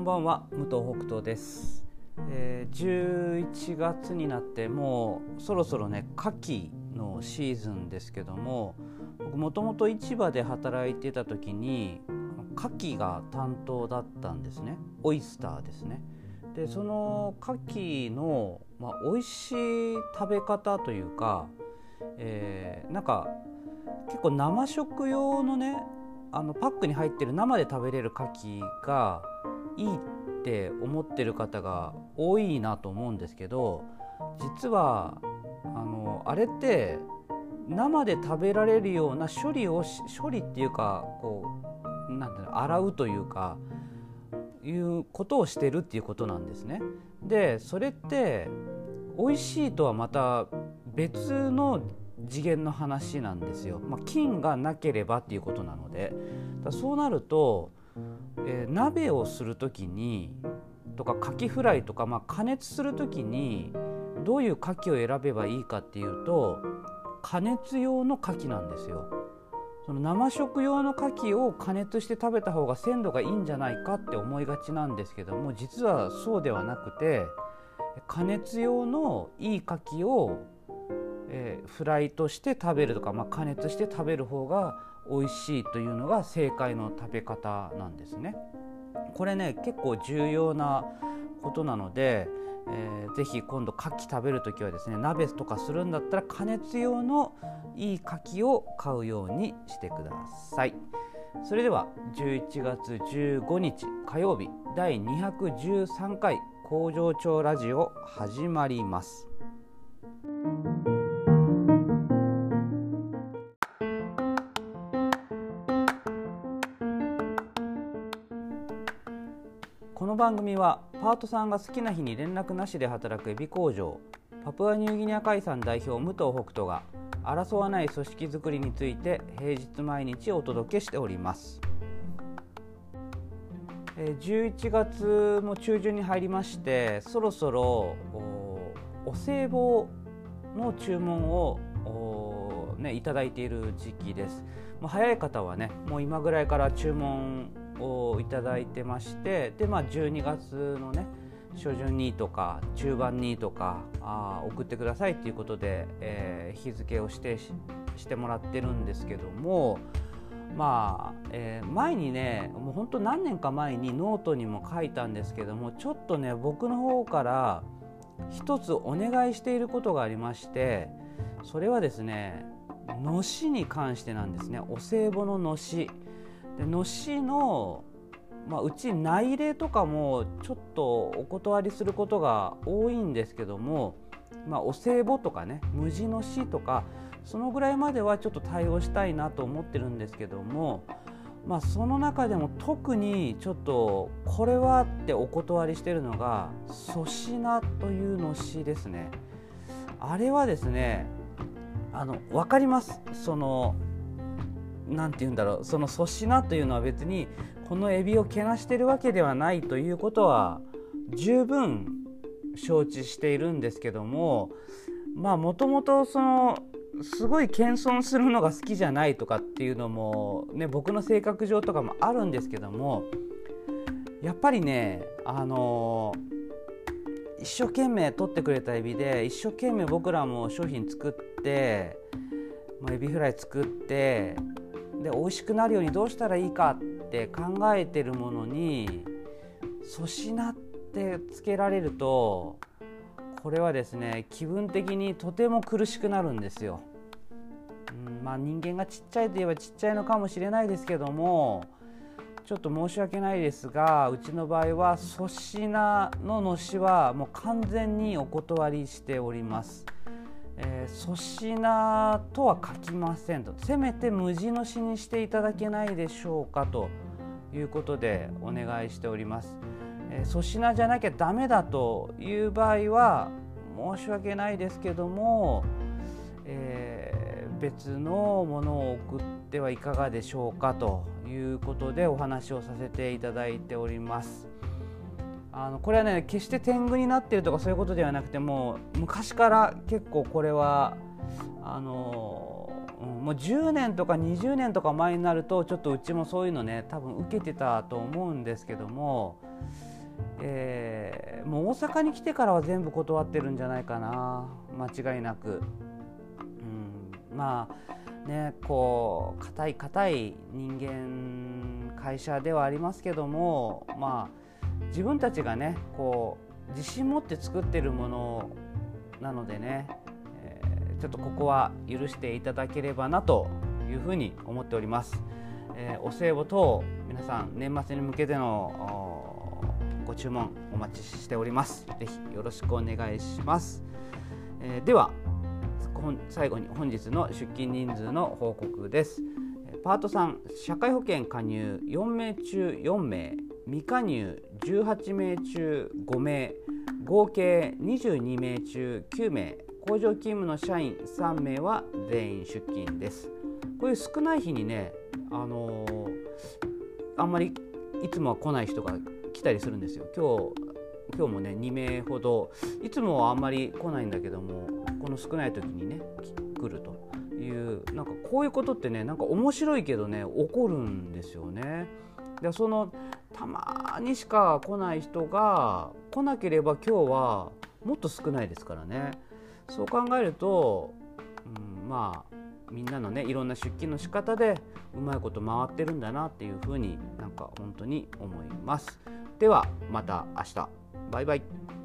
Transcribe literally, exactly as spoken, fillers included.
ばんは、武藤北斗です。えー、じゅういちがつになってもうそろそろね牡蠣のシーズンですけども、僕もともと市場で働いてた時に牡蠣が担当だったんですね。オイスターですね。でその牡蠣の、まあ、美味しい食べ方というか、えー、なんか結構生食用のねあのパックに入ってる生で食べれる牡蠣がいいって思ってる方が多いなと思うんですけど、実はあのあれって生で食べられるような処理をし処理っていうかこうなんていうの洗うというかいうことをしてるっていうことなんですね。でそれって美味しいとはまた別の次元の話なんですよ。まあ、菌がなければっていうことなので、だそうなると、えー、鍋をするときにとかカキフライとか、まあ、加熱するときにどういうカキを選べばいいかっていうと、加熱用のカキなんですよ。その生食用のカキを加熱して食べた方が鮮度がいいんじゃないかって思いがちなんですけども、実はそうではなくて、加熱用のいいカキをえー、フライとして食べるとか、まあ、加熱して食べる方が美味しいというのが正解の食べ方なんですね。これね結構重要なことなので、えー、ぜひ今度牡蠣食べるときはですね、鍋とかするんだったら加熱用のいい牡蠣を買うようにしてください。それではじゅういちがつじゅうごにち火曜日だいにひゃくじゅうさんかい工場長ラジオ始まります。この番組はパートさんが好きな日に連絡なしで働くエビ工場、パプアニューギニア海産代表武藤北斗が争わない組織づくりについて平日毎日お届けしております。じゅういちがつも中旬に入りまして、そろそろ お, お歳暮の注文を、ね、いただいている時期です。もう早い方はねもう今ぐらいから注文をいただいてまして、で、まあ、じゅうにがつのね初旬にとか中盤にとかあ送ってくださいということで、えー、日付を指定 し, してもらってるんですけども、まあ、えー、前にねもう本当何年か前にノートにも書いたんですけども、ちょっとね僕の方から一つお願いしていることがありまして、それはですねのしに関してなんですね。お歳暮ののしで、のしの、まあ、うち内入れとかもちょっとお断りすることが多いんですけども、まあ、お歳暮とかね無地のしとかそのぐらいまではちょっと対応したいなと思ってるんですけども、まあ、その中でも特にちょっとこれはってお断りしてるのが粗品というのしですね。あれはですねあの分かります。そのなんて言うんだろう、その粗品というのは別にこのエビをけなしてるわけではないということは十分承知しているんですけども、まあもともとそのすごい謙遜するのが好きじゃないとかっていうのもね僕の性格上とかもあるんですけども、やっぱりねあの一生懸命取ってくれたエビで一生懸命僕らも商品作って、まあ、エビフライ作ってで美味しくなるようにどうしたらいいかって考えてるものに粗品ってつけられると、これはですね気分的にとても苦しくなるんですよ。うん、まあ人間がちっちゃいといえばちっちゃいのかもしれないですけども、ちょっと申し訳ないですがうちの場合は粗品ののしはもう完全にお断りしております。えー、粗品とは書きませんと、せめて無地のしにしていただけないでしょうかということでお願いしております。えー、粗品じゃなきゃダメだという場合は申し訳ないですけども、えー、別のものを送ってはいかがでしょうかということでお話をさせていただいております。あのこれはね決して天狗になってるとかそういうことではなくて、もう昔から結構これはあの、うん、もうじゅうねんとかにじゅうねんとか前になるとちょっとうちもそういうのね多分受けてたと思うんですけども、 えー、もう大阪に来てからは全部断ってるんじゃないかな、間違いなく。うん、まあね、こう固い固い人間会社ではありますけども、まあ自分たちがねこう自信持って作ってるものなのでね、えー、ちょっとここは許していただければなというふうに思っております。えー、お歳暮等皆さん年末に向けてのご注文お待ちしております。ぜひよろしくお願いします。えー、では最後に本日の出勤人数の報告です。パートさん、社会保険加入よんめい中よんめい、未加入じゅうはちめい中ごめい、合計にじゅうにめい中きゅうめい、工場勤務の社員さんめいは全員出勤です。こういう少ない日にね、あのー、あんまりいつもは来ない人が来たりするんですよ。今日今日もねにめいほど、いつもはあんまり来ないんだけども、この少ない時にね来るという、なんかこういうことってね、なんか面白いけどね起こるんですよね。でそのたまにしか来ない人が来なければ今日はもっと少ないですからね。そう考えると、うん、まあみんなのねいろんな出勤の仕方でうまいこと回ってるんだなっていうふうになんか本当に思います。ではまた明日、バイバイ。